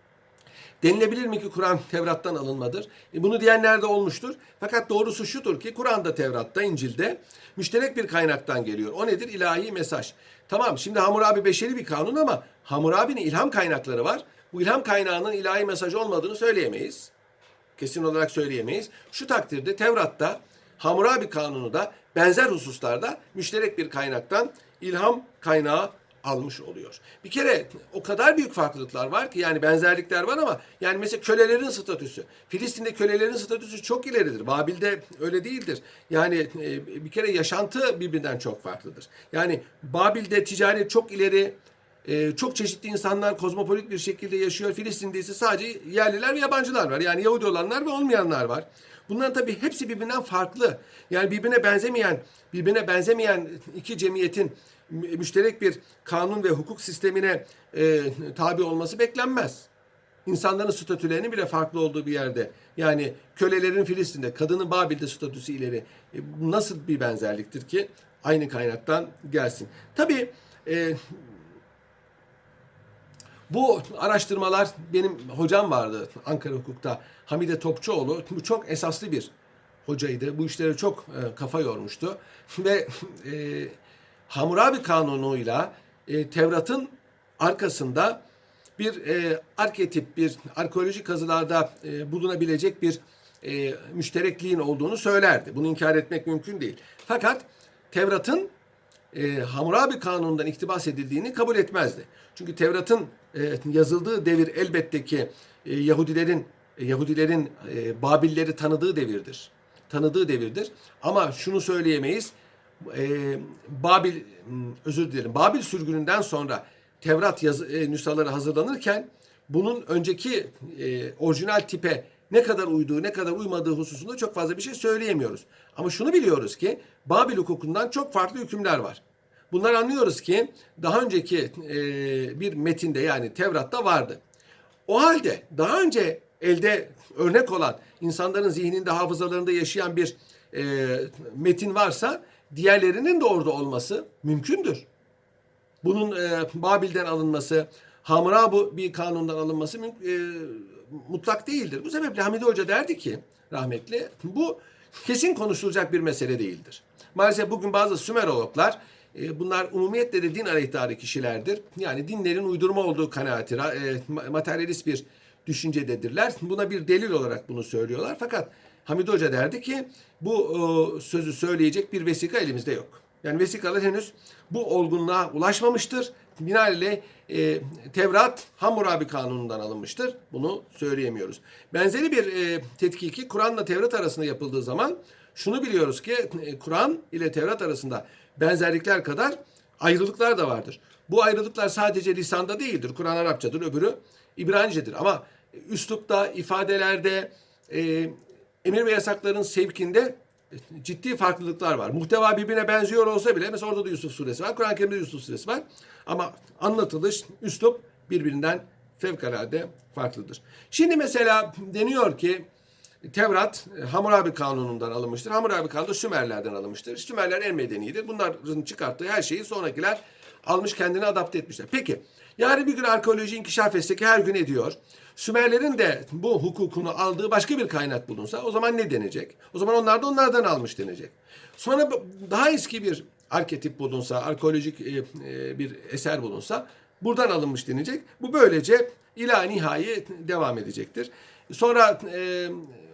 Denilebilir mi ki Kur'an Tevrat'tan alınmadır? E bunu diyenler de olmuştur. Fakat doğrusu şudur ki Kur'an'da, Tevrat'ta, İncil'de müşterek bir kaynaktan geliyor. O nedir? İlahi mesaj. Tamam, şimdi Hammurabi beşeri bir kanun ama Hammurabi'nin ilham kaynakları var. Bu ilham kaynağının ilahi mesaj olmadığını söyleyemeyiz. Kesin olarak söyleyemeyiz. Şu takdirde Tevrat'ta, Hammurabi kanunu da benzer hususlarda müşterek bir kaynaktan ilham kaynağı almış oluyor. Bir kere o kadar büyük farklılıklar var ki yani benzerlikler var ama yani mesela kölelerin statüsü. Filistin'de kölelerin statüsü çok ileridir. Babil'de öyle değildir. Yani e, bir kere yaşantı birbirinden çok farklıdır. Yani Babil'de ticaret çok ileri, e, çok çeşitli insanlar kozmopolit bir şekilde yaşıyor. Filistin'de ise sadece yerliler ve yabancılar var. Yani Yahudi olanlar ve olmayanlar var. Bunların tabii hepsi birbirinden farklı. Yani birbirine benzemeyen, birbirine benzemeyen iki cemiyetin müşterek bir kanun ve hukuk sistemine e, tabi olması beklenmez. İnsanların statülerinin bile farklı olduğu bir yerde. Yani kölelerin Filistin'de, kadının Babil'de statüsü ileri. E, bu nasıl bir benzerliktir ki aynı kaynaktan gelsin? Tabii e, bu araştırmalar benim hocam vardı Ankara Hukuk'ta Hamide Topçuoğlu. Bu çok esaslı bir hocaydı. Bu işlere çok e, kafa yormuştu ve e, Hammurabi kanunuyla e, Tevrat'ın arkasında bir e, arketip, bir arkeolojik kazılarda e, bulunabilecek bir e, müşterekliğin olduğunu söylerdi. Bunu inkar etmek mümkün değil. Fakat Tevrat'ın e, Hammurabi kanunundan iktibas edildiğini kabul etmezdi. Çünkü Tevrat'ın e, yazıldığı devir elbette ki e, Yahudilerin e, Yahudilerin e, Babilleri tanıdığı devirdir. Tanıdığı devirdir. Ama şunu söyleyemeyiz. E, Babil özür dilerim. Babil sürgününden sonra Tevrat yazı, e, nüshaları hazırlanırken bunun önceki e, orijinal tipe ne kadar uyduğu, ne kadar uymadığı hususunda çok fazla bir şey söyleyemiyoruz. Ama şunu biliyoruz ki Babil hukukundan çok farklı hükümler var. Bunlar anlıyoruz ki daha önceki e, bir metinde yani Tevrat'ta vardı. O halde daha önce elde örnek olan insanların zihninde, hafızalarında yaşayan bir e, metin varsa diğerlerinin de orada olması mümkündür. Bunun e, Babil'den alınması, Hammurabi bir kanundan alınması e, mutlak değildir. Bu sebeple Hamide Hoca derdi ki rahmetli bu kesin konuşulacak bir mesele değildir. Maalesef bugün bazı Sümerologlar e, bunlar umumiyetle de din aleyhtarı kişilerdir. Yani dinlerin uydurma olduğu kanaati, e, materyalist bir düşüncededirler. Buna bir delil olarak bunu söylüyorlar. Fakat Hamide Hoca derdi ki bu e, sözü söyleyecek bir vesika elimizde yok. Yani vesikalar henüz bu olgunluğa ulaşmamıştır. Binaenaleyh e, Tevrat Hammurabi kanunundan alınmıştır. Bunu söyleyemiyoruz. Benzeri bir e, tetkiki Kur'an'la Tevrat arasında yapıldığı zaman şunu biliyoruz ki e, Kur'an ile Tevrat arasında benzerlikler kadar ayrılıklar da vardır. Bu ayrılıklar sadece lisanda değildir. Kur'an Arapçadır, öbürü İbranicedir. Ama üslupta, ifadelerde, e, emir ve yasakların sevkinde ciddi farklılıklar var. Muhteva birbirine benziyor olsa bile mesela orada da Yusuf suresi var. Kur'an-ı Kerim'de Yusuf suresi var. Ama anlatılış, üslup birbirinden fevkalade farklıdır. Şimdi mesela deniyor ki Tevrat Hammurabi kanunundan alınmıştır. Hammurabi kanunu Sümerlerden alınmıştır. Sümerler en medenidir. Bunların çıkarttığı her şeyi sonrakiler almış kendini adapte etmişler. Peki yarın bir gün arkeoloji inkişaf etse ki her gün ediyor. Sümerlerin de bu hukukunu aldığı başka bir kaynak bulunsa o zaman ne denecek? O zaman onlar da onlardan almış denecek. Sonra daha eski bir arketip bulunsa, arkeolojik bir eser bulunsa buradan alınmış denilecek. Bu böylece ila nihai devam edecektir. Sonra e,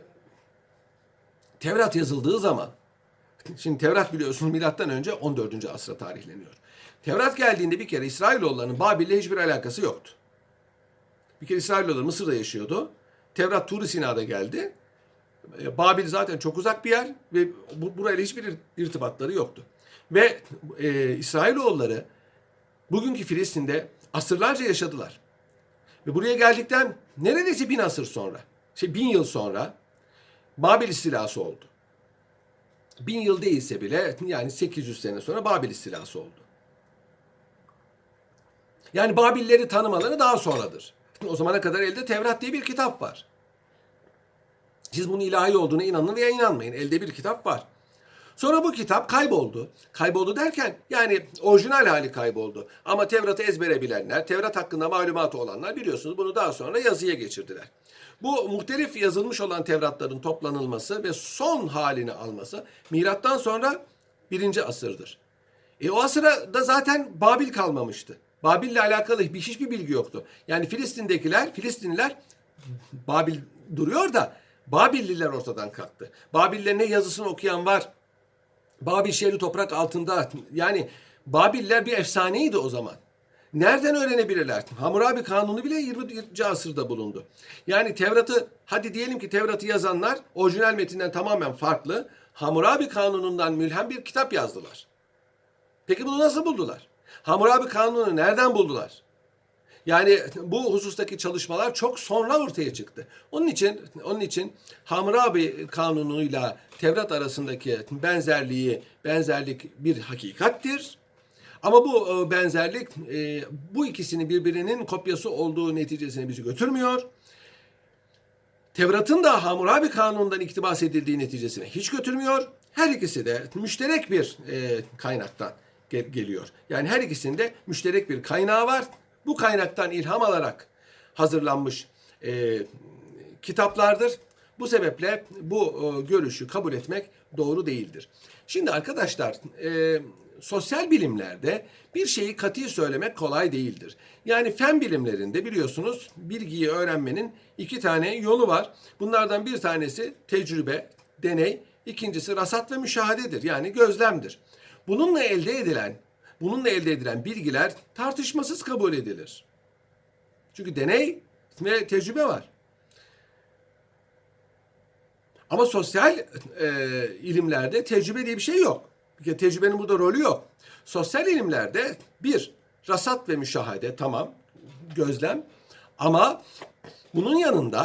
Tevrat yazıldığı zaman, şimdi Tevrat biliyorsunuz milattan önce on dördüncü asra tarihleniyor. Tevrat geldiğinde bir kere İsrailoğullarının Babil'le hiçbir alakası yoktu. Bir kere İsrailoğulları Mısır'da yaşıyordu. Tevrat Tur-i Sina'da geldi. Babil zaten çok uzak bir yer ve bu, burayla hiçbir irtibatları yoktu. Ve e, İsrailoğulları bugünkü Filistin'de asırlarca yaşadılar. Ve buraya geldikten neredeyse bin asır sonra, şey bin yıl sonra Babil istilası oldu. Bin yıl değilse bile yani sekiz yüz sene sonra Babil istilası oldu. Yani Babilleri tanımaları daha sonradır. O zamana kadar elde Tevrat diye bir kitap var. Siz bunun ilahi olduğuna inanın veya inanmayın. Elde bir kitap var. Sonra bu kitap kayboldu. Kayboldu derken yani orijinal hali kayboldu. Ama Tevrat'ı ezbere bilenler, Tevrat hakkında malumatı olanlar biliyorsunuz bunu daha sonra yazıya geçirdiler. Bu muhtelif yazılmış olan Tevratların toplanılması ve son halini alması milattan sonra birinci asırdır. E o asıra da zaten Babil kalmamıştı. Babil'le alakalı bir, hiçbir bilgi yoktu. Yani Filistin'dekiler, Filistinliler Babil duruyor da Babilliler ortadan kalktı. Babiller ne yazısını okuyan var. Babil şehri toprak altında. Yani Babiller bir efsaneydi o zaman. Nereden öğrenebilirler? Hammurabi Kanunu bile yirminci asırda bulundu. Yani Tevrat'ı, hadi diyelim ki Tevrat'ı yazanlar orijinal metinden tamamen farklı. Hammurabi Kanunu'ndan mülhem bir kitap yazdılar. Peki bunu nasıl buldular? Hammurabi Kanunu'nu nereden buldular? Yani bu husustaki çalışmalar çok sonra ortaya çıktı. Onun için onun için Hammurabi Kanunu'yla Tevrat arasındaki benzerliği benzerlik bir hakikattir. Ama bu benzerlik bu ikisinin birbirinin kopyası olduğu neticesine bizi götürmüyor. Tevrat'ın da Hammurabi Kanunu'ndan iktibas edildiği neticesine hiç götürmüyor. Her ikisi de müşterek bir kaynaktan geliyor. Yani her ikisinde müşterek bir kaynağı var. Bu kaynaktan ilham alarak hazırlanmış e, kitaplardır. Bu sebeple bu e, görüşü kabul etmek doğru değildir. Şimdi arkadaşlar e, sosyal bilimlerde bir şeyi kat'i söylemek kolay değildir. Yani fen bilimlerinde biliyorsunuz bilgiyi öğrenmenin iki tane yolu var. Bunlardan bir tanesi tecrübe, deney, ikincisi rasat ve müşahadedir. Yani gözlemdir. Bununla elde edilen Bununla elde edilen bilgiler tartışmasız kabul edilir. Çünkü deney ve tecrübe var. Ama sosyal e, ilimlerde tecrübe diye bir şey yok. Bir kere tecrübenin burada rolü yok. Sosyal ilimlerde bir, rasat ve müşahede, tamam, gözlem. Ama bunun yanında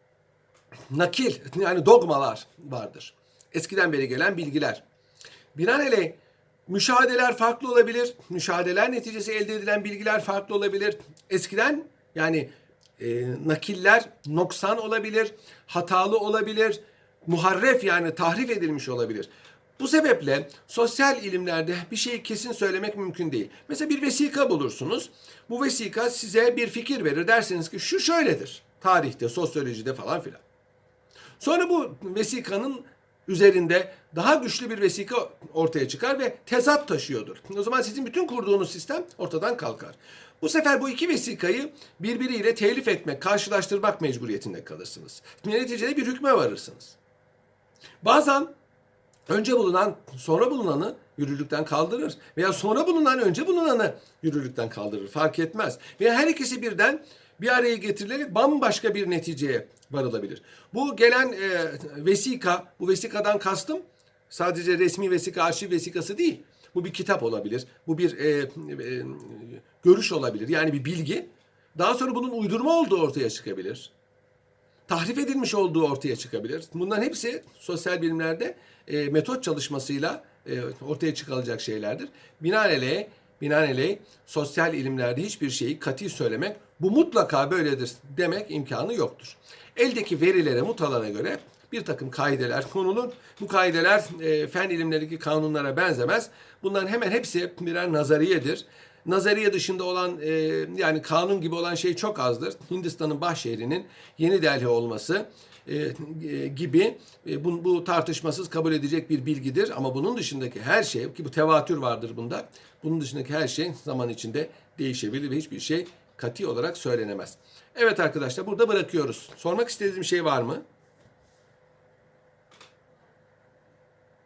nakil, yani dogmalar vardır. Eskiden beri gelen bilgiler. Binaenaleyh müşahedeler farklı olabilir. Müşahedeler neticesi elde edilen bilgiler farklı olabilir. Eskiden yani e, nakiller noksan olabilir, hatalı olabilir, muharref yani tahrif edilmiş olabilir. Bu sebeple sosyal ilimlerde bir şeyi kesin söylemek mümkün değil. Mesela bir vesika bulursunuz. Bu vesika size bir fikir verir. Dersiniz ki şu şöyledir. Tarihte, sosyolojide falan filan. Sonra bu vesikanın üzerinde daha güçlü bir vesika ortaya çıkar ve tezat taşıyordur. O zaman sizin bütün kurduğunuz sistem ortadan kalkar. Bu sefer bu iki vesikayı birbiriyle telif etmek, karşılaştırmak mecburiyetinde kalırsınız. Neticede bir hükme varırsınız. Bazen önce bulunan sonra bulunanı yürürlükten kaldırır veya sonra bulunan önce bulunanı yürürlükten kaldırır. Fark etmez. Veya her ikisi birden bir araya getirilerek bambaşka bir neticeye varılabilir. Bu gelen e, vesika, bu vesikadan kastım sadece resmi vesika, arşiv vesikası değil. Bu bir kitap olabilir, bu bir e, e, görüş olabilir, yani bir bilgi. Daha sonra bunun uydurma olduğu ortaya çıkabilir. Tahrif edilmiş olduğu ortaya çıkabilir. Bunların hepsi sosyal bilimlerde e, metot çalışmasıyla e, ortaya çıkılacak şeylerdir. Binaenaleyh, binaenaleyh sosyal ilimlerde hiçbir şeyi kat'i söylemek, bu mutlaka böyledir demek imkanı yoktur. Eldeki verilere, mutalara göre bir takım kaideler konulur. Bu kaideler e, fen ilimlerindeki kanunlara benzemez. Bunların hemen hepsi birer nazariyedir. Nazariye dışında olan e, yani kanun gibi olan şey çok azdır. Hindistan'ın baş şehrinin Yeni Delhi olması e, e, gibi e, bu, bu tartışmasız kabul edecek bir bilgidir. Ama bunun dışındaki her şey, ki bu tevatür vardır bunda, bunun dışındaki her şey zaman içinde değişebilir ve hiçbir şey kati olarak söylenemez. Evet arkadaşlar, burada bırakıyoruz. Sormak istediğim şey var mı?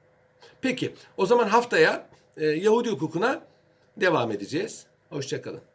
Peki, o zaman haftaya e, Yahudi hukukuna devam edeceğiz. Hoşça kalın.